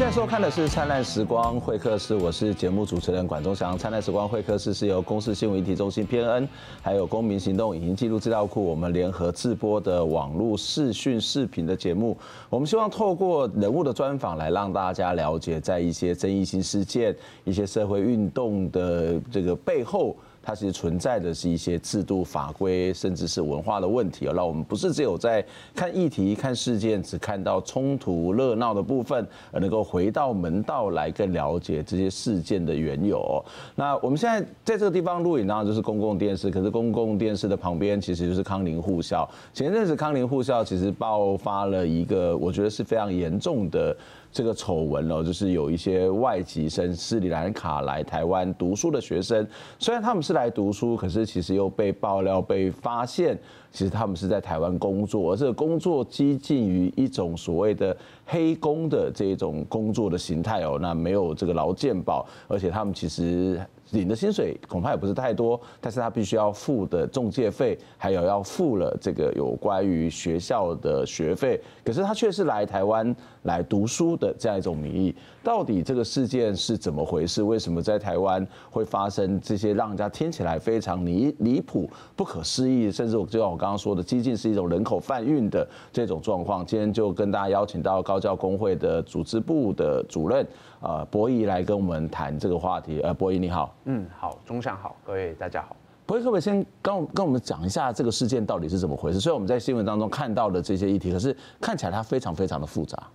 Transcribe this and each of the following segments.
现在收看的是《灿烂时光会客室》，我是节目主持人管中祥。《灿烂时光会客室》是由公视新闻议题中心PNN，还有公民行动影音记录资料库我们联合制播的网络视讯视频的节目。我们希望透过人物的专访来让大家了解，在一些争议性事件、一些社会运动的这个背后，它其实存在的是一些制度法规，甚至是文化的问题哦。让我们不是只有在看议题、看事件，只看到冲突热闹的部分，而能够回到门道来更了解这些事件的缘由哦。那我们现在在这个地方录影，当然就是公共电视，可是公共电视的旁边其实就是康宁护校。前阵子康宁护校其实爆发了一个我觉得是非常严重的这个丑闻哦，就是有一些外籍生斯里兰卡来台湾读书的学生，虽然他们是来读书，可是其实又被爆料、被发现，其实他们是在台湾工作，而这个工作接近于一种所谓的黑工的这种工作的形态哦，那没有这个劳健保，而且他们其实领的薪水恐怕也不是太多，但是他必须要付的中介费，还有要付了这个有关于学校的学费，可是他却是来台湾来读书的这样一种名义。到底这个事件是怎么回事？为什么在台湾会发生这些让人家听起来非常离谱、不可思议，甚至就像我刚刚说的，激进是一种人口贩运的这种状况？今天就跟大家邀请到高教工会的组织部的主任博弈来跟我们谈这个话题。博弈你好。 好，中祥好，各位大家好。 博弈可不可以先跟我们讲一下这个事件到底是怎么回事？虽然我们在新闻当中看到的这些议题，可是看起来它非常非常的复杂。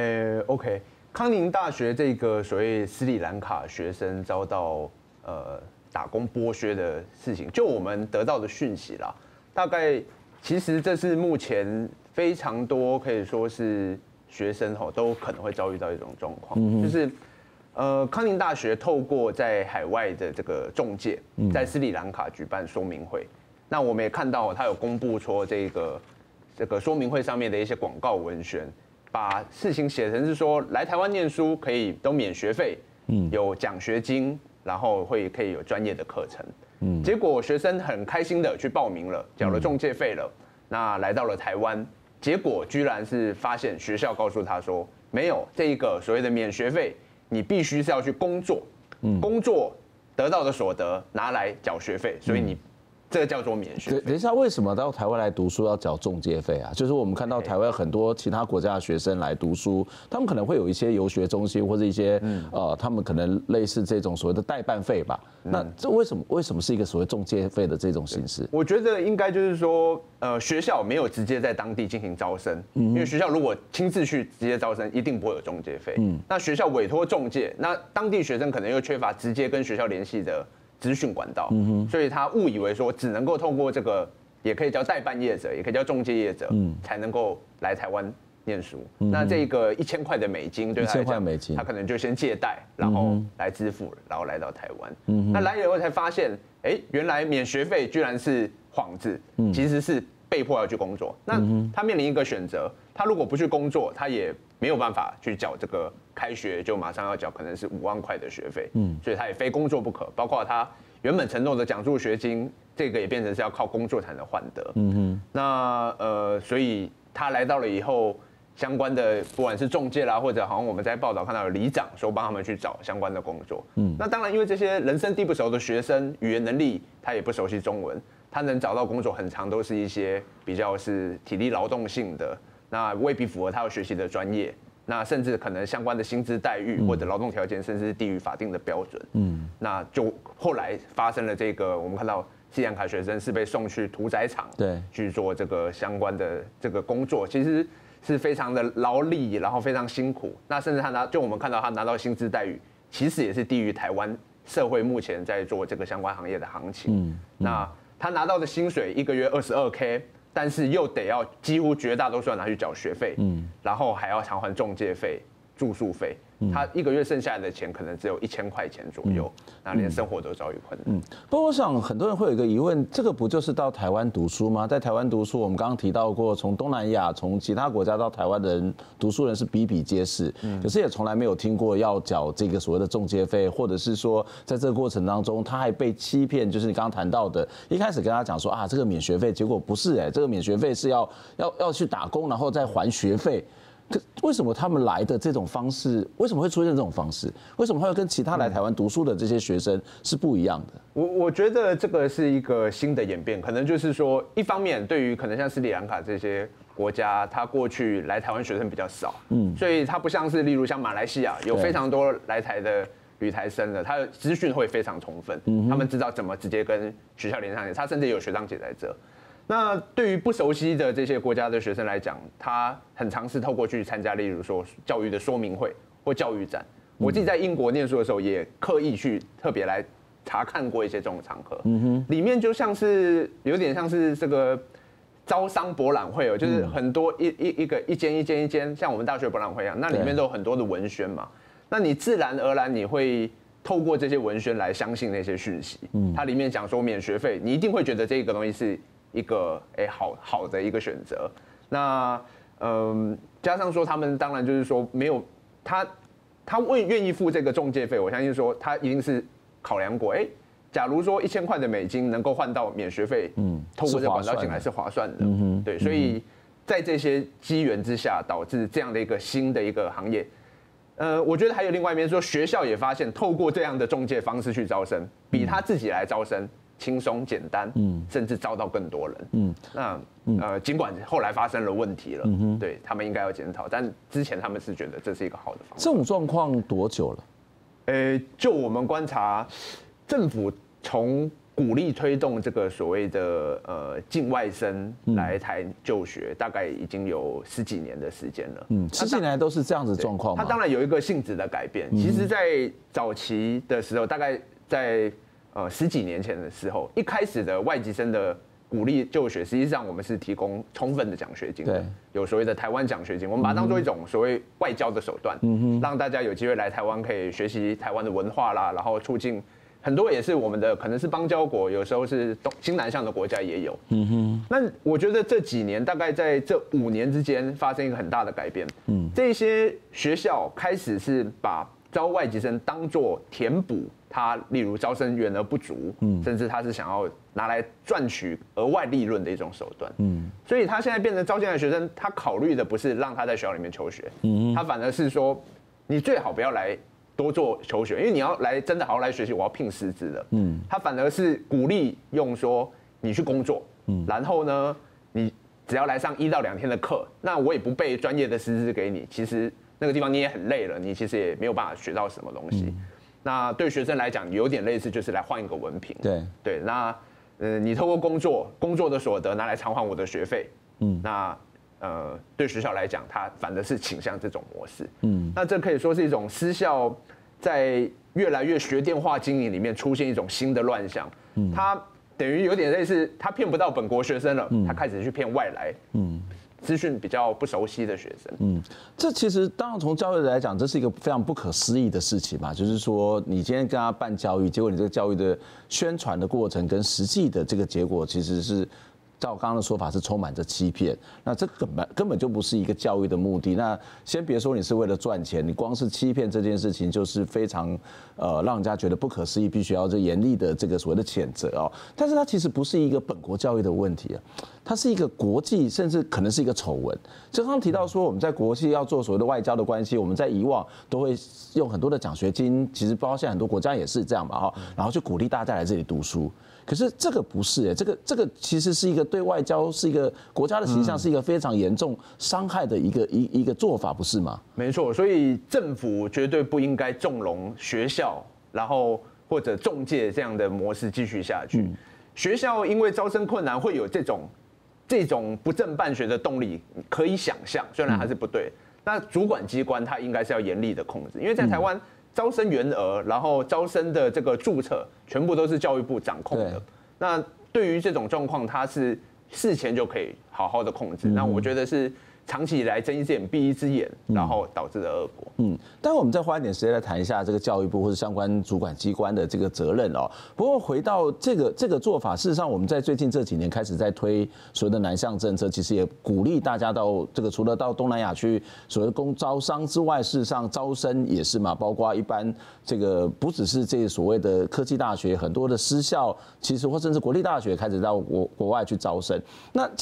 OK， 康宁大学这个所谓斯里兰卡学生遭到打工剥削的事情，就我们得到的讯息啦，大概其实这是目前非常多可以说是学生都可能会遭遇到一种状况，就是康宁大学透过在海外的这个中介，在斯里兰卡举办说明会。那我们也看到他有公布说这个说明会上面的一些广告文宣，把事情写成是说来台湾念书可以都免学费，有奖学金，然后可以有专业的课程。结果学生很开心的去报名了，缴了中介费了，那来到了台湾，结果居然是发现学校告诉他说，没有这一个所谓的免学费。你必须是要去工作，工作得到的所得拿来缴学费，所以你这个叫做免学费。 等一下，为什么到台湾来读书要缴中介费啊？就是我们看到台湾很多其他国家的学生来读书，他们可能会有一些游学中心或者一些他们可能类似这种所谓的代办费吧。那这为什么是一个所谓中介费的这种形式？ 我觉得应该就是说，学校没有直接在当地进行招生，因为学校如果亲自去直接招生，一定不会有中介费。那学校委托中介，那当地学生可能又缺乏直接跟学校联系的资讯管道，所以他误以为说只能够透过这个，也可以叫代办业者，也可以叫中介业者，才能够来台湾念书。那这个1000块的美金对他来讲，他可能就先借贷，然后来支付，然后来到台湾。那来了以后才发现，原来免学费居然是幌子，其实是被迫要去工作。那他面临一个选择，他如果不去工作，他也没有办法去缴这个开学就马上要缴，可能是5万块的学费。所以他也非工作不可。包括他原本承诺的奖助学金，这个也变成是要靠工作才能换得。那所以他来到了以后。相关的不管是中介啦，或者好像我们在报道看到有里长说帮他们去找相关的工作。那当然因为这些人生地不熟的学生，语言能力他也不熟悉中文，他能找到工作很常都是一些比较是体力劳动性的，那未必符合他要学习的专业，那甚至可能相关的薪资待遇或者劳动条件甚至是低于法定的标准。那就后来发生了这个，我们看到斯里兰卡学生是被送去屠宰场，去做这个相关的这个工作，其实是非常的劳力，然后非常辛苦。那甚至就我们看到他拿到薪资待遇，其实也是低于台湾社会目前在做这个相关行业的行情。那他拿到的薪水1个月22K， 但是又得要几乎绝大多数要拿去缴学费，然后还要偿还中介费、住宿费。他1个月剩下来的钱可能只有1000块钱左右，那连生活都遭遇困难。 不过我想很多人会有一个疑问，这个不就是到台湾读书吗？在台湾读书，我们刚刚提到过，从东南亚、从其他国家到台湾的人读书人是比比皆是，可是也从来没有听过要缴这个所谓的中介费，或者是说在这个过程当中他还被欺骗，就是你刚刚谈到的，一开始跟他讲说这个免学费，结果不是这个免学费是要去打工，然后再还学费。 为什么他们来的这种方式，为什么会出现这种方式？为什么会跟其他来台湾读书的这些学生是不一样的？ 我觉得这个是一个新的演变，可能就是说，一方面对于可能像斯里兰卡这些国家，他过去来台湾学生比较少，所以他不像是例如像马来西亚有非常多来台的旅台生的，他的资讯会非常充分，他们知道怎么直接跟学校连上线，他甚至有学长姐在这。那对于不熟悉的这些国家的学生来讲，他很尝试透过去参加，例如说教育的说明会或教育展。我自己在英国念书的时候，也刻意去特别来查看过一些这种场合，里面就像是有点像是这个招商博览会哦，就是很多一间，像我们大学博览会一样，那里面都有很多的文宣嘛，那你自然而然你会透过这些文宣来相信那些讯息，它里面讲说免学费，你一定会觉得这个东西是一个好的一个选择。那加上说他们当然就是说没有他愿意付这个中介费，我相信说他一定是考量过，假如说1000块的美金能够换到免学费，透过这管道进来是划算的，对，所以在这些机缘之下，导致这样的一个新的一个行业。我觉得还有另外一面说，学校也发现透过这样的中介方式去招生，比他自己来招生轻松简单，甚至招到更多人。那尽管后来发生了问题了，对他们应该要检讨，但之前他们是觉得这是一个好的方法。 这种状况多久了？ 就我们观察，政府从鼓励推动这个所谓的境外生来台就学，大概已经有10几年的时间了。 10几年都是这样子状况吗？ 它当然有一个性质的改变。其实，在早期的时候，大概在10几年前的时候，一开始的外籍生的鼓励就学，实际上我们是提供充分的奖学金的，有所谓的台湾奖学金，我们把它当做一种所谓外交的手段，让大家有机会来台湾可以学习台湾的文化啦，然后促进很多也是我们的可能是邦交国，有时候是新南向的国家也有。那我觉得这几年大概在这5年之间发生一个很大的改变，这些学校开始是把招外籍生当作填补他，例如招生员额不足，甚至他是想要拿来赚取额外利润的一种手段。所以他现在变成招进来的学生，他考虑的不是让他在学校里面求学，他反而是说，你最好不要来多做求学，因为你要来真的好好来学习，我要聘师资的。他反而是鼓励用说你去工作，然后呢，你只要来上1到2天的课，那我也不备专业的师资给你，其实那个地方你也很累了，你其实也没有办法学到什么东西。那对学生来讲，有点类似，就是来换一个文凭。对，那你透过工作的所得拿来偿还我的学费。那对学校来讲，它反而是倾向这种模式。那这可以说是一种私校在越来越学电话经营里面出现一种新的乱象。它等于有点类似，他骗不到本国学生了，他开始去骗外来。资讯比较不熟悉的学生， 这其实当然从教育来讲，这是一个非常不可思议的事情嘛。就是说，你今天跟他办教育，结果你这个教育的宣传的过程跟实际的这个结果，其实是照刚刚的说法是充满着欺骗。那这根本就不是一个教育的目的。那先别说你是为了赚钱，你光是欺骗这件事情就是非常让人家觉得不可思议，必须要这严厉的这个所谓的谴责哦。但是它其实不是一个本国教育的问题啊。它是一个国际，甚至可能是一个丑闻。就刚刚提到说，我们在国际要做所谓的外交的关系，我们在以往都会用很多的奖学金，其实包括现在很多国家也是这样嘛哈，然后去鼓励大家来这里读书。可是这个不是这个其实是一个对外交是一个国家的形象是一个非常严重伤害的一个做法，不是吗？ 没错，所以政府绝对不应该纵容学校，然后或者中介这样的模式继续下去。学校因为招生困难会有这种不正办学的动力，可以想象，虽然还是不对。那主管机关它应该是要严厉的控制，因为在台湾招生员额，然后招生的这个注册，全部都是教育部掌控的。那对于这种状况，它是事前就可以好好的控制。那我觉得是长期以来睁一只眼闭一只眼，然后导致的恶果。 待会我们再花一点时间来谈一下这个教育部或者相关主管机关的这个责任哦。不过回到这个做法，事实上我们在最近这几年开始在推所谓的南向政策，其实也鼓励大家到这个除了到东南亚去所谓的招商之外，事实上招生也是嘛，包括一般这个不只是这所谓的科技大学，很多的私校其实或甚至国立大学开始到国外去招生。那其实在这个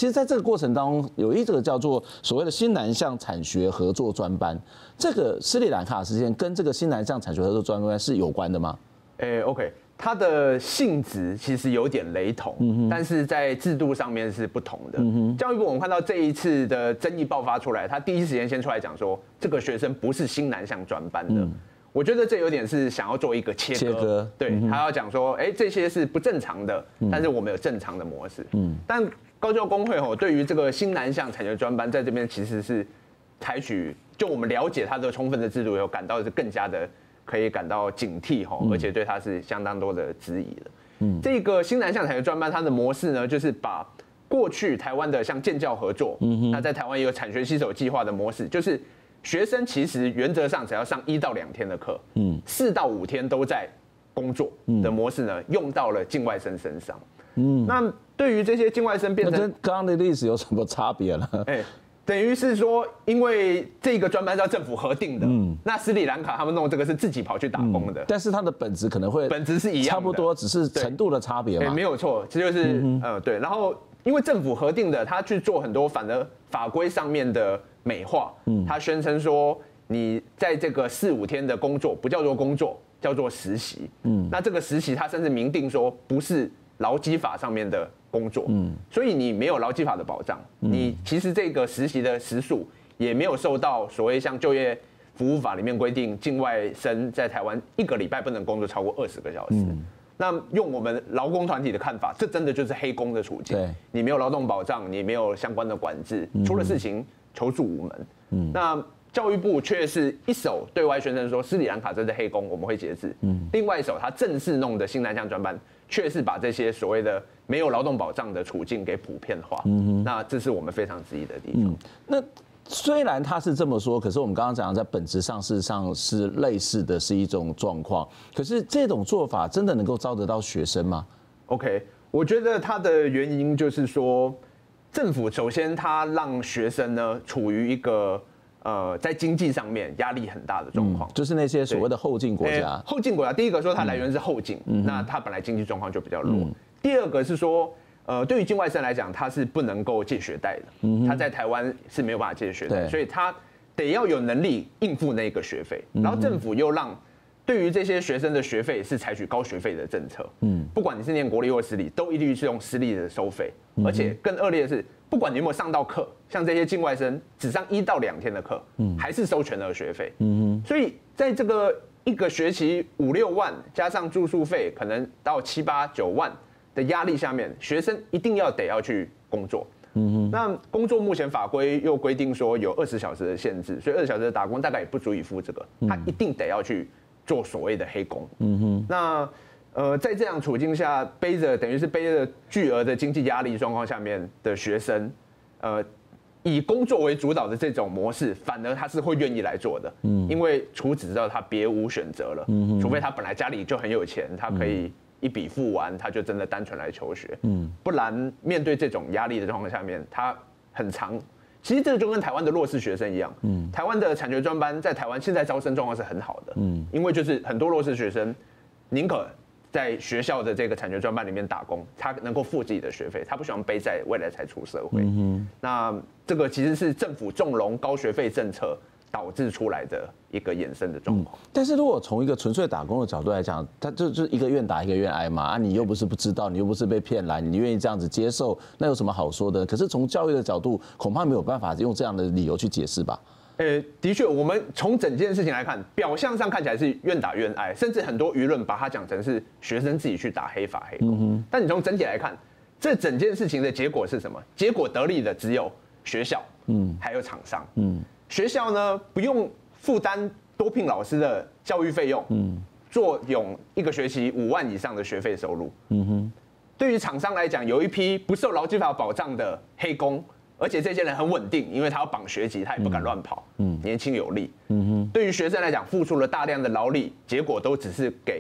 过程当中有一个叫做所谓的新南向产学合作专班，这个斯里兰卡事件跟这个新南向产学合作专班是有关的吗 ？OK。它的性质其实有点雷同，但是在制度上面是不同的。教育部我们看到这一次的争议爆发出来，他第一时间先出来讲说，这个学生不是新南向专班的。我觉得这有点是想要做一个切割，对，他要讲说，这些是不正常的，但是我们有正常的模式。但高教工会对于这个新南向产学专班在这边其实是采取，就我们了解它的充分的制度以后，感到是更加的。可以感到警惕而且对它是相当多的质疑的。这个新南向产学专班它的模式呢，就是把过去台湾的像建教合作，那在台湾也有产学携手计划的模式，就是学生其实原则上只要上1到2天的课，4到5天都在工作的模式呢，用到了境外生身上。那对于这些境外生变成， 跟刚刚的例子有什么差别呢？ 等于是说，因为这个专班是要政府核定的，那斯里兰卡他们弄这个是自己跑去打工的， 但是它的本质可能会本质是一样的， 差不多，只是程度的差别嘛。 没有错，这就是对。然后因为政府核定的，他去做很多反而法规上面的美化，他宣称说你在这个4、5天的工作不叫做工作，叫做实习。那这个实习他甚至明定说不是劳基法上面的工作，所以你没有劳基法的保障，你其实这个实习的时数也没有受到所谓像就业服务法里面规定，境外生在台湾1个礼拜不能工作超过20个小时。那用我们劳工团体的看法，这真的就是黑工的处境。你没有劳动保障，你没有相关的管制，出了事情求助无门。那教育部却是一手对外宣称说斯里兰卡这是黑工，我们会节制。另外一手他正式弄的新南向专班，却是把这些所谓的没有劳动保障的处境给普遍化。那这是我们非常质疑的地方。 那虽然他是这么说，可是我们刚刚讲在本质上事实上是类似的是一种状况。可是这种做法真的能够招得到学生吗 ？OK， 我觉得它的原因就是说，政府首先他让学生呢处于一个在经济上面压力很大的状况， 就是那些所谓的后进国家。 后进国家，第一个说它来源是后进，那它本来经济状况就比较弱。第二个是说，对于境外生来讲，他是不能够借学贷的，他在台湾是没有办法借学贷，所以他得要有能力应付那个学费。然后政府又让对于这些学生的学费是采取高学费的政策，不管你是念国立或私立，都一律是用私立的收费，而且更恶劣的是，不管你有没有上到课，像这些境外生只上1到2天的课，还是收全额学费。所以在这个一个学期5、6万，加上住宿费，可能到7、8、9万的压力下面，学生一定要去工作。那工作目前法规又规定说有20小时的限制，所以20小时的打工大概也不足以付这个，他一定得要去做所谓的黑工。那在这样处境下，等于是背着巨额的经济压力状况下面的学生，以工作为主导的这种模式，反而他是会愿意来做的，因为除此之外他别无选择了，除非他本来家里就很有钱，他可以一笔付完，他就真的单纯来求学，不然面对这种压力的状况下面，他很长。其实这个就跟台湾的弱势学生一样，台湾的产学专班在台湾现在招生状况是很好的，因为就是很多弱势学生宁可在学校的这个产学专班里面打工，他能够付自己的学费，他不喜欢背债，未来才出社会。那这个其实是政府纵容高学费政策导致出来的一个衍生的状况。 但是如果从一个纯粹打工的角度来讲，他就是一个愿打一个愿挨嘛，你又不是不知道，你又不是被骗来，你愿意这样子接受，那有什么好说的？可是从教育的角度，恐怕没有办法用这样的理由去解释吧。 的确，我们从整件事情来看，表象上看起来是愿打愿挨，甚至很多舆论把它讲成是学生自己去打黑法黑工。但你从整体来看，这整件事情的结果是什么？结果得利的只有学校，还有厂商。学校呢不用负担多聘老师的教育费用，坐拥1个学期5万以上的学费收入。对于厂商来讲，有一批不受劳基法保障的黑工。而且这些人很稳定，因为他要绑学籍，他也不敢乱跑，年轻有力。对于学生来讲，付出了大量的劳力，结果都只是给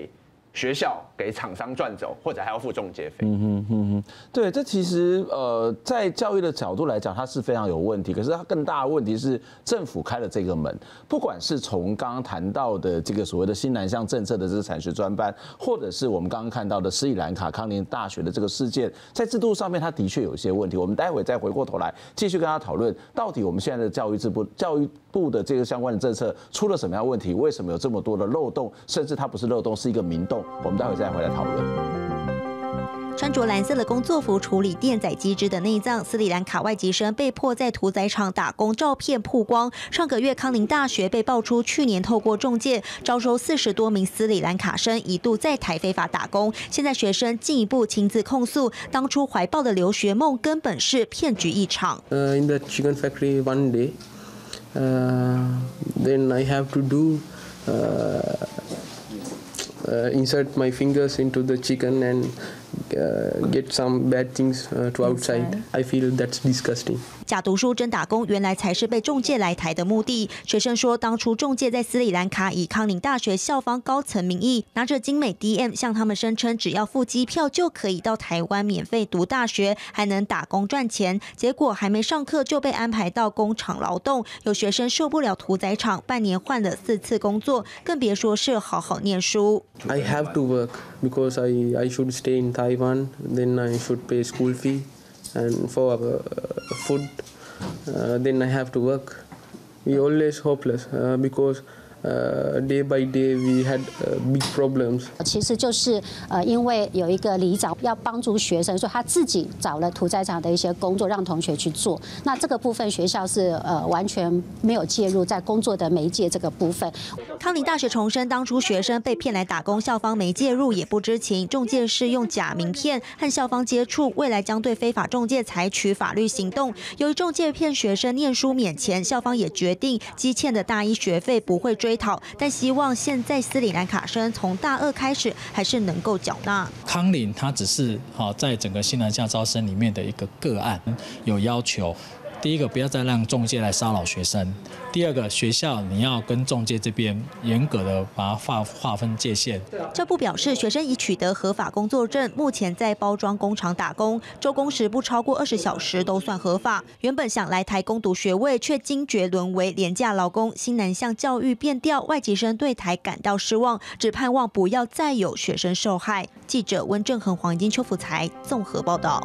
学校给厂商赚走，或者还要付中介费。 对，这其实在教育的角度来讲，它是非常有问题。可是它更大的问题是，政府开了这个门，不管是从刚刚谈到的这个所谓的新南向政策的这个产学专班，或者是我们刚刚看到的斯里兰卡康宁大学的这个事件，在制度上面它的确有一些问题。我们待会再回过头来继续跟他讨论，到底我们现在的教育部的这个相关的政策出了什么样的问题？为什么有这么多的漏洞？甚至它不是漏洞，是一个明洞。我们待会再回来讨论。 穿着蓝色的工作服处理电载机制的内脏，斯里兰卡外籍生被迫在屠宰场打工，照片曝光。上个月，康宁大学被爆出去年透过中介招收40多名斯里兰卡生，一度在台非法打工。现在学生进一步亲自控诉，当初怀抱的留学梦根本是骗局一场。 In the chicken factory one day, then I have to do. Insert my fingers into the chicken and get some bad things to outside. I feel that's disgusting. 假读书真打工，原来才是被仲介来台的目的。学生说，当初仲介在斯里兰卡以康宁大学校方高层名义，拿着精美 DM 向他们声称，只要付机票就可以到台湾免费读大学，还能打工赚钱。结果还没上课就被安排到工厂劳动。有学生受不了屠宰场，半年换了4次工作，更别说是好好念书。 I have to work because I should stay in Taiwan. Then I should pay school fee and for food. Then I have to work. We always hopeless because day by day we had big problems. 其实就是因为有一个里长要帮助学生，所以他自己找了屠宰场的一些工作让同学去做。那这个部分学校是完全没有介入在工作的媒介这个部分。 康宁大学重申，当初学生被骗来打工，校方没介入也不知情，仲介是用假名片和校方接触，未来将对非法仲介采取法律行动。由于仲介骗学生念书免钱，校方也决定积欠的大一学费不会追讨，但希望现在斯里兰卡生从大2开始还是能够缴纳。 康宁它只是在整个新南向招生里面的一个个案，有要求。第一个，不要再让仲介来骚扰学生；第二个，学校你要跟仲介这边严格的把它划分界限。 教部表示，学生已取得合法工作证，目前在包装工厂打工，周工时不超过20小时都算合法。原本想来台攻读学位，却惊觉沦为廉价劳工。新南向教育变调，外籍生对台感到失望，只盼望不要再有学生受害。记者温正恒、黄金、邱福才综合报道。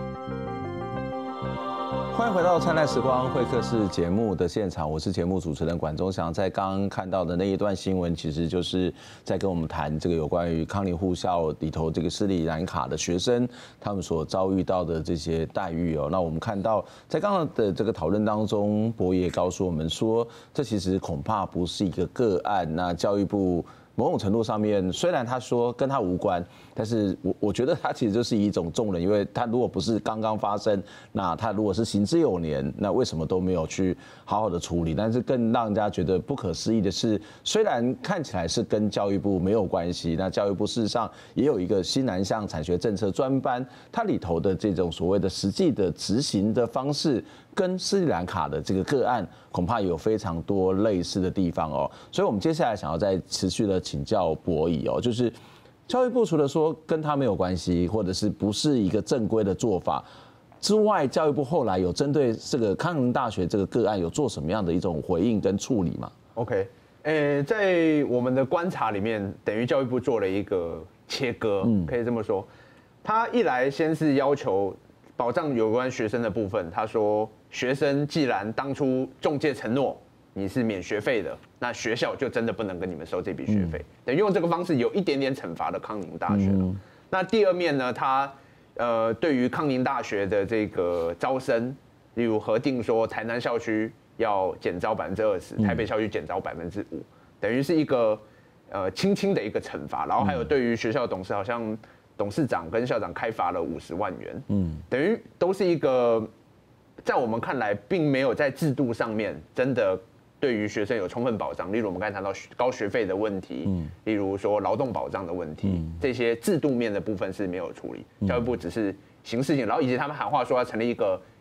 欢迎回到灿烂时光会客室节目的现场，我是节目主持人管中祥。在刚刚看到的那一段新闻，其实就是在跟我们谈这个有关于康宁护校里头这个斯里兰卡的学生他们所遭遇到的这些待遇哦。那我们看到在刚刚的这个讨论当中，博也告诉我们说，这其实恐怕不是一个个案。那教育部某种程度上面，虽然他说跟他无关，但是我觉得他其实就是一种众人，因为他如果不是刚刚发生，那他如果是行之有年，那为什么都没有去好好的处理？但是更让人家觉得不可思议的是，虽然看起来是跟教育部没有关系，那教育部事实上也有一个新南向产学政策专班，它里头的这种所谓的实际的执行的方式，跟斯里兰卡的这个个案恐怕有非常多类似的地方哦。所以我们接下来想要再持续的请教博弈哦，就是教育部除了说跟他没有关系，或者是不是一个正规的做法之外，教育部后来有针对这个康宁大学这个个案有做什么样的一种回应跟处理吗 ？OK， 在我们的观察里面，等于教育部做了一个切割，可以这么说。他一来先是要求保障有关学生的部分，他说学生既然当初仲介承诺你是免学费的，那学校就真的不能跟你们收这笔学费，等于用这个方式有一点点惩罚了康宁大学。那第二面呢，他对于康宁大学的这个招生，例如核定说台南校区要减招20%，台北校区减招5%，等于是一个轻轻的一个惩罚。然后还有对于学校董事，好像董事长跟校长开罚了50万元，等于都是一个在我们看来并没有在制度上面真的对于学生有充分保障。例如我们刚才谈到高学费的问题，例如说劳动保障的问题，这些制度面的部分是没有处理。教育部只是行事情，然后以及他们喊话说要成立一个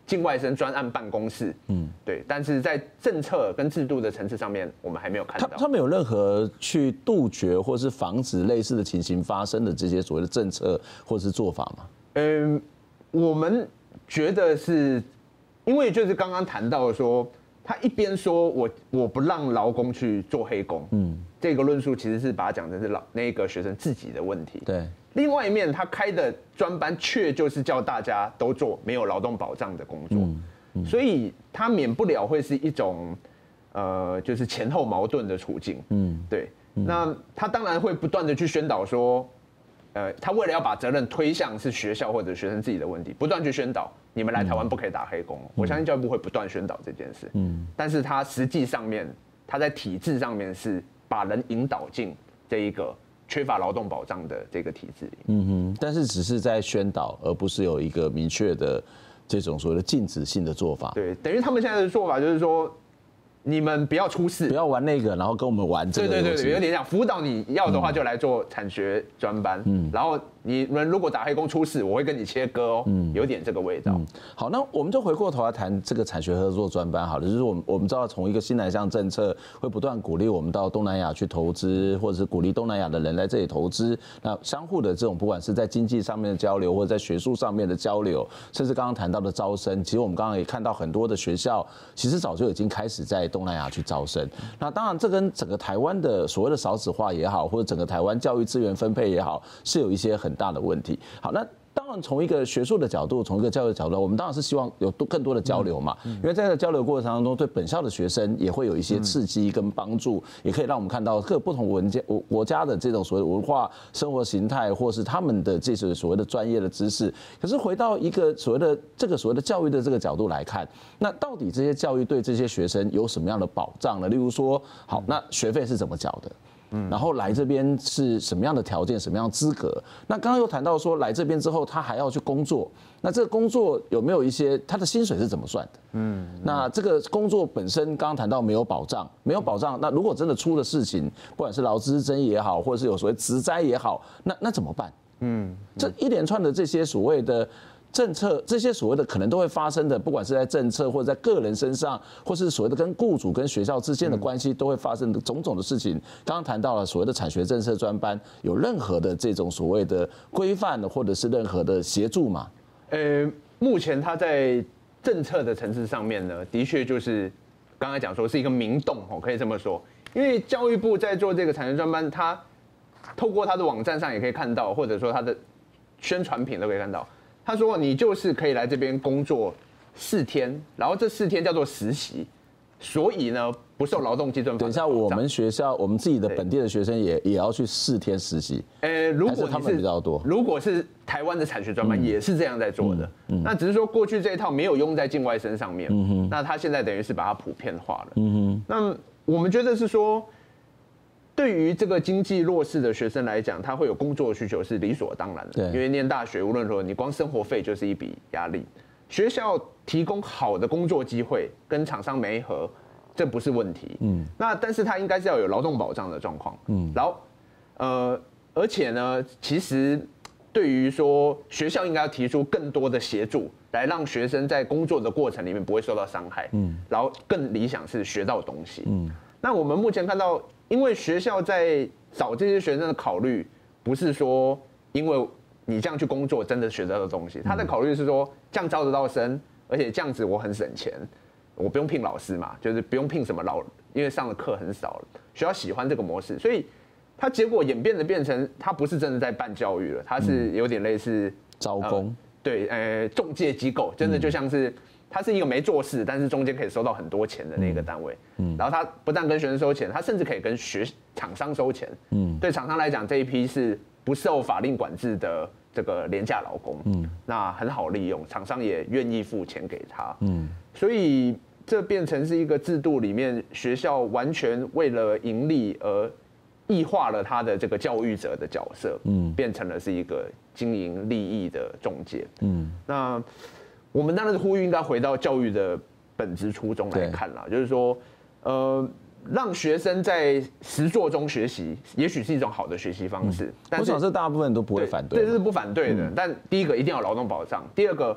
境外生专案办公室，对，但是在政策跟制度的层次上面，我们还没有看到。 他们有任何去杜绝或是防止类似的情形发生的这些所谓的政策或是做法吗？ 我们觉得是，因为就是刚刚谈到说，他一边说我不让劳工去做黑工，这个论述其实是把它讲成是那个学生自己的问题。 对。 另外一面，他开的专班却就是叫大家都做没有劳动保障的工作，所以他免不了会是一种就是前后矛盾的处境。对。那他当然会不断的去宣导说，他为了要把责任推向是学校或者学生自己的问题，不断去宣导你们来台湾不可以打黑工。我相信教育部会不断宣导这件事。但是他实际上面，他在体制上面是把人引导进这一个缺乏劳动保障的这个体制里。 但是只是在宣导，而不是有一个明确的这种所谓的禁止性的做法。 对，等于他们现在的做法就是说，你们不要出事， 不要玩那个，然后跟我们玩这个。 对，有点像辅导你要的话就来做产学专班，然后你们如果打黑工出事，我会跟你切割哦，有点这个味道。 好，那我们就回过头来谈这个产学合作专班好了，就是我们知道从一个新南向政策会不断鼓励我们到东南亚去投资，或者是鼓励东南亚的人来这里投资，那相互的这种不管是在经济上面的交流，或者在学术上面的交流，甚至刚刚谈到的招生，其实我们刚刚也看到很多的学校其实早就已经开始在东南亚去招生。那当然这跟整个台湾的所谓的少子化也好，或者整个台湾教育资源分配也好，是有一些很大的问题。好，那当然从一个学术的角度，从一个教育的角度，我们当然是希望有更多的交流嘛，因为在这个交流过程当中，对本校的学生也会有一些刺激跟帮助，也可以让我们看到各不同国家的这种所谓的文化生活形态，或是他们的这些所谓的专业的知识。可是回到一个所谓的教育的这个角度来看，那到底这些教育对这些学生有什么样的保障呢？例如说，好，那学费是怎么缴的？然后来这边是什么样的条件、什么样的资格？那刚刚又谈到说，来这边之后他还要去工作，那这个工作有没有一些他的薪水是怎么算的？那这个工作本身刚刚谈到没有保障，那如果真的出了事情，不管是劳资争也好，或者是有所谓职灾也好，那怎么办？这一连串的这些所谓的政策，这些所谓的可能都会发生的，不管是在政策或者在个人身上，或是所谓的跟雇主跟学校之间的关系，都会发生的种种的事情。刚刚谈到了所谓的产学政策专班，有任何的这种所谓的规范或者是任何的协助吗？ 目前它在政策的层次上面呢，的确就是刚才讲说是一个明洞哦，可以这么说。因为教育部在做这个产学专班，它透过它的网站上也可以看到，或者说它的宣传品都可以看到。他说：“你就是可以来这边工作4天，然后这4天叫做实习，所以呢不受劳动基准法。” 等一下，我们学校我们自己的本地的学生也要去4天实习。 如果他们比较多， 如果是台湾的产学专班也是这样在做的，那只是说过去这一套没有用在境外生上面，那他现在等于是把它普遍化了。那我们觉得是说，对于这个经济弱势的学生来讲，他会有工作需求是理所当然的。因为念大学，无论说你光生活费就是一笔压力，学校提供好的工作机会，跟厂商媒合，这不是问题。那但是他应该是要有劳动保障的状况。然后而且呢，其实对于说学校应该要提出更多的协助，来让学生在工作的过程里面不会受到伤害。然后更理想是学到东西。那我们目前看到，因为学校在找这些学生的考虑，不是说因为你这样去工作真的学得到东西，他的考虑是说这样招得到生，而且这样子我很省钱，我不用聘老师嘛，就是不用聘什么因为上的课很少了，学校喜欢这个模式，所以它结果演变成它不是真的在办教育了，它是有点类似招工， 对，中介机构，真的就像是。它是一个没做事，但是中间可以收到很多钱的那个单位。然后他不但跟学生收钱，他甚至可以跟厂商收钱。对厂商来讲，这一批是不受法令管制的这个廉价劳工。那很好利用，厂商也愿意付钱给他。所以这变成是一个制度里面，学校完全为了盈利而异化了他的这个教育者的角色。变成了是一个经营利益的中介。那我们当然是呼吁应该回到教育的本质初衷来看啦，就是说，让学生在实作中学习，也许是一种好的学习方式。 我想这大部分人都不会反对。 对，这是不反对的。但第一个一定要有劳动保障，第二个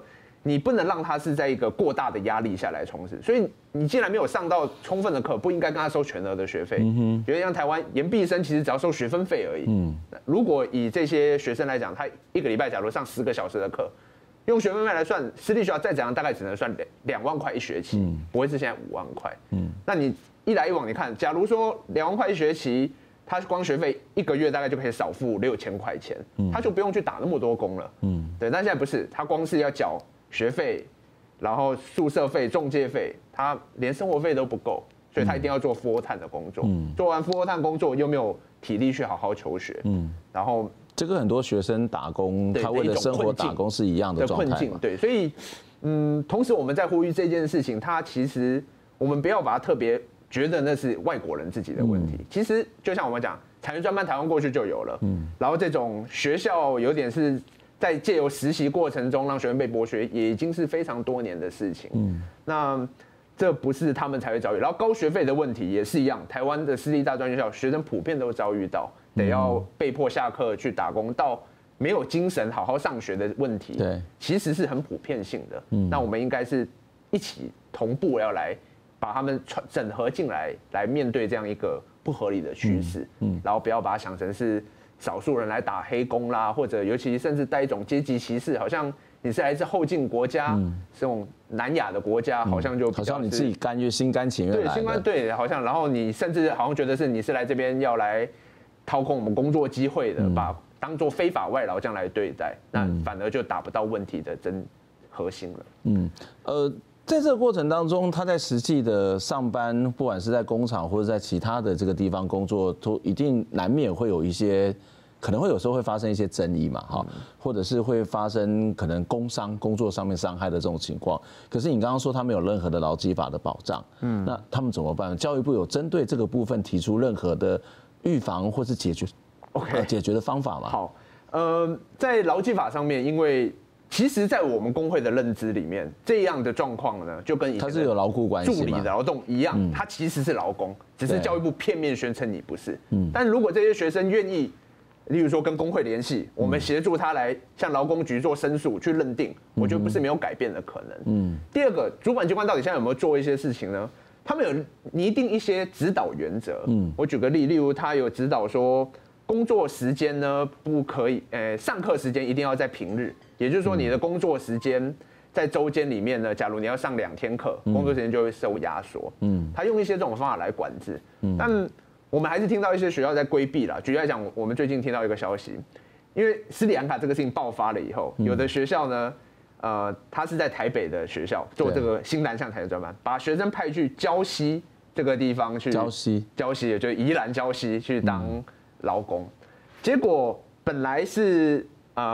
你不能让他是在一个过大的压力下来从事，所以你既然没有上到充分的课，不应该跟他收全额的学费。觉得像台湾延毕生其实只要收学分费而已。如果以这些学生来讲，他一个礼拜假如上10个小时的课，用学分费来算，私立学校再怎样大概只能算2万块一学期，不会是现在5万块。那你一来一往，你看，假如说2万块一学期，他光学费1个月大概就可以少付6000块钱，他就不用去打那么多工了。对，但现在不是，他光是要缴学费，然后宿舍费、仲介费，他连生活费都不够，所以他一定要做full time的工作。做完full time工作又没有体力去好好求学，然后这个很多学生打工，他为了生活打工是一样的状态嘛。 对，所以同时我们在呼吁这件事情，它其实我们不要把它特别觉得那是外国人自己的问题。其实就像我们讲，产学专班台湾过去就有了，然后这种学校有点是在借由实习过程中让学生被剥削，也已经是非常多年的事情。那这不是他们才会遭遇，然后高学费的问题也是一样，台湾的私立大专院校学生普遍都遭遇到，得要被迫下课去打工，到没有精神好好上学的问题， 对， 其实是很普遍性的。那我们应该是一起同步要来把他们整合进来，来面对这样一个不合理的趋势，然后不要把它想成是少数人来打黑工啦，或者尤其甚至带一种阶级歧视，好像你是来自后进国家，这种南亚的国家，好像就好像你自己心甘情愿来的， 对，心甘对，好像然后你甚至好像觉得是你是来这边要来掏空我们工作机会的，把当做非法外劳这样来对待，那反而就达不到问题的真核心了。 在这个过程当中，他在实际的上班，不管是在工厂或者在其他的这个地方工作，都一定难免会有一些，可能会有时候会发生一些争议嘛，哈，或者是会发生可能工作上面伤害的这种情况。可是你刚刚说他没有任何的劳基法的保障，那他们怎么办？教育部有针对这个部分提出任何的预防或是解决的方法吗？ 好，在劳基法上面，因为其实，在我们工会的认知里面，这样的状况呢，就跟以前它是有劳雇关系助理的劳动一样，它其实是劳工，只是教育部片面宣称你不是。但如果这些学生愿意，例如说跟工会联系，我们协助他来向劳工局做申诉，去认定，我觉得不是没有改变的可能。第二个，主管机关到底现在有没有做一些事情呢？他们有拟定一些指导原则。我举个例，例如他有指导说，工作时间呢不可以，上课时间一定要在平日，也就是说你的工作时间在周间里面呢，假如你要上2天课，工作时间就会受压缩。他用一些这种方法来管制，但我们还是听到一些学校在规避啦。举例来讲，我们最近听到一个消息，因为斯里兰卡这个事情爆发了以后，有的学校呢，他是在台北的学校做这个新南向台的专班，把学生派去礁溪这个地方去，礁溪也就是宜兰礁溪去当劳工，结果本来是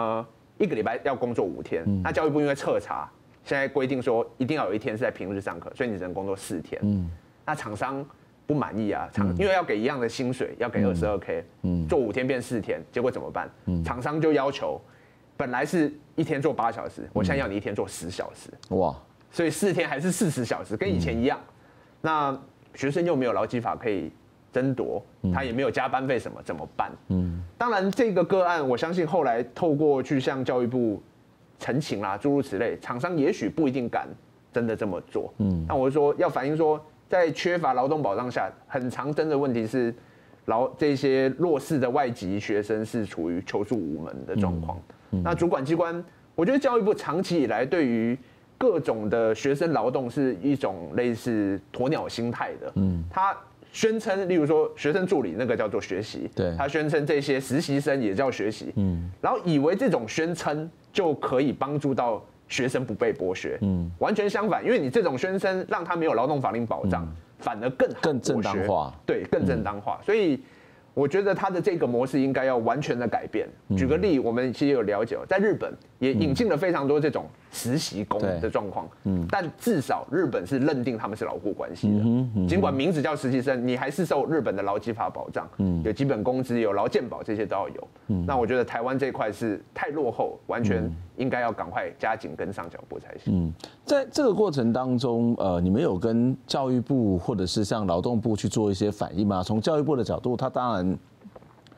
1个礼拜要工作5天，那教育部因为彻查，现在规定说一定要有1天是在平日上课，所以你只能工作4天。那厂商不满意啊，因为要给一样的薪水，要给22K，做5天变4天，结果怎么办？厂商就要求，本来是1天做8小时，我现在要你1天做10小时。哇！所以4天还是40小时，跟以前一样。那学生又没有劳基法可以争夺，他也没有加班费什么，怎么办？当然这个个案，我相信后来透过去向教育部陈情啦，诸如此类，厂商也许不一定敢真的这么做。但我是说要反映说，在缺乏劳动保障下，很常真的问题是，这些弱势的外籍学生是处于求助无门的状况。那主管机关，我觉得教育部长期以来对于各种的学生劳动是一种类似鸵鸟心态的。他宣称，例如说学生助理那个叫做学习， 对， 他宣称这些实习生也叫学习，然后以为这种宣称就可以帮助到学生不被剥削，完全相反，因为你这种宣称让他没有劳动法令保障，反而更正当化， 对，更正当化，所以我觉得他的这个模式应该要完全的改变。举个例，我们其实有了解，在日本也引进了非常多这种实习工的状况，但至少日本是认定他们是劳雇关系的，尽管名字叫实习生，你还是受日本的劳基法保障，有基本工资、有劳健保，这些都要有。那我觉得台湾这一块是太落后，完全应该要赶快加紧跟上脚步才行。 在这个过程当中，你们有跟教育部或者是像劳动部去做一些反应吗？从教育部的角度，他当然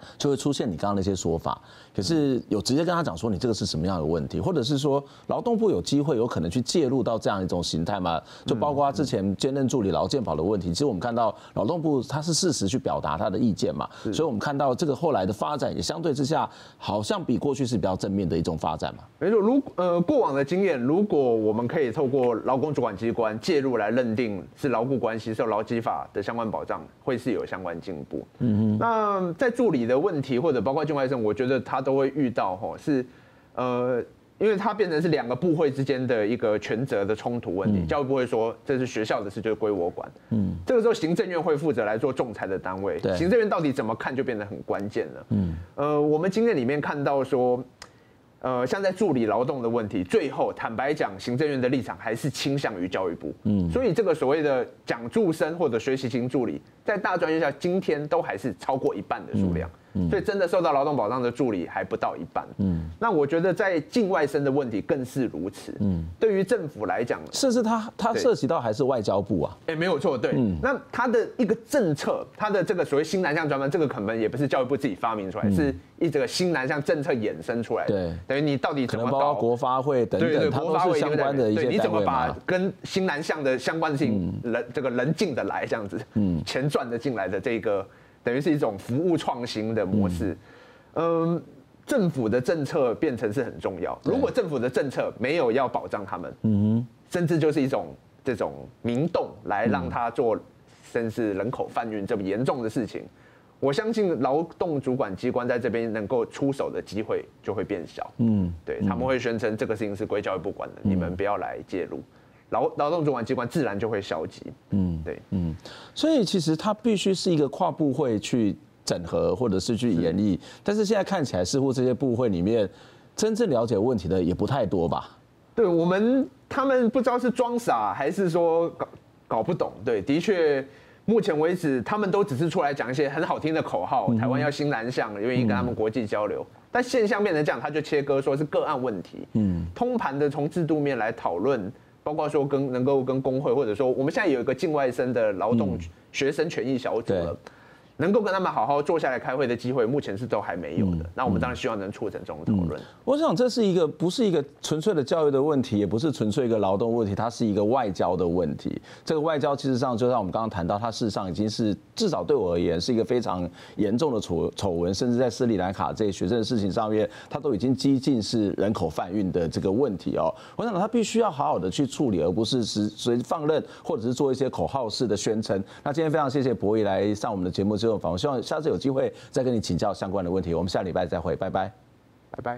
就会出现你刚刚那些说法。可是有直接跟他讲说你这个是什么样的问题，或者是说劳动部有机会有可能去介入到这样一种形态吗？就包括之前兼任助理劳健保的问题，其实我们看到劳动部他是适时去表达他的意见嘛，所以我们看到这个后来的发展也相对之下好像比过去是比较正面的一种发展嘛。 没错，过往的经验，如果我们可以透过劳工主管机关介入来认定是劳雇关系受劳基法的相关保障，会是有相关进步。那在助理的问题或者包括境外生，我觉得他都会遇到是因为它变成是2个部会之间的一个权责的冲突问题。教育部会说这是学校的事，就是归我管。这个时候行政院会负责来做仲裁的单位，行政院到底怎么看就变得很关键了。我们经验里面看到说，像在助理劳动的问题，最后坦白讲，行政院的立场还是倾向于教育部。所以这个所谓的讲助生或者学习型助理，在大专院校今天都还是超过1半的数量。所以真的受到劳动保障的助理还不到1半。那我觉得在境外生的问题更是如此。对于政府来讲， 甚至它涉及到还是外交部啊。 没有错，对。那它的一个政策，它的这个所谓新南向专班，这个可能也不是教育部自己发明出来，是一个新南向政策衍生出来的。 对， 等于你到底怎么搞， 可能包括国发会等等，它都是相关的一些单位嘛。 你怎么把跟新南向的相关的事情人进得来这样子，钱赚得进来的这个。等于是一种服务创新的模式，政府的政策变成是很重要。如果政府的政策没有要保障他们，甚至就是一种这种民动来让他做，甚至人口贩运这么严重的事情，我相信劳动主管机关在这边能够出手的机会就会变小。对，他们会宣称这个事情是归教育部管的，你们不要来介入。劳动主管机关自然就会消极。对， 所以其实它必须是一个跨部会去整合，或者是去研议。但是现在看起来，似乎这些部会里面真正了解问题的也不太多吧？ 对，他们不知道是装傻还是说搞不懂。对，的确，目前为止他们都只是出来讲一些很好听的口号，台湾要新南向，愿意跟他们国际交流。但现象变成这样，他就切割说是个案问题。通盘的从制度面来讨论。包括说能够跟工会，或者说我们现在有一个境外生的劳动学生权益小组了，能够跟他们好好坐下来开会的机会，目前是都还没有的。那我们当然希望能促成这种讨论。 我想这是不是一个纯粹的教育的问题，也不是纯粹一个劳动问题，它是一个外交的问题。这个外交其实上就像我们刚刚谈到，它事实上已经是至少对我而言是一个非常严重的丑闻，甚至在斯里兰卡这些学生的事情上面，它都已经接近是人口贩运的这个问题哦。我想它必须要好好的去处理，而不是随放任或者是做一些口号式的宣称。那今天非常谢谢博弈来上我们的节目之后访问，希望下次有机会再跟你请教相关的问题。我们下礼拜再会，拜拜， 拜拜。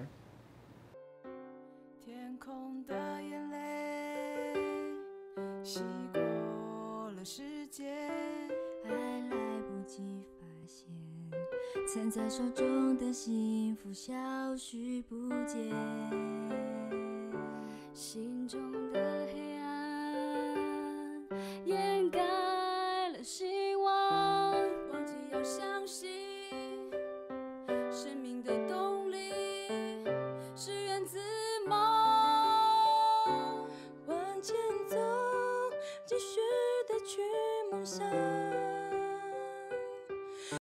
天空的眼泪洗过了世界，还来不及发现，攥在手中的幸福消失不见，心中的黑暗掩盖了希望，忘记要相信生命的动力是源自梦，往前走，继续的去梦想。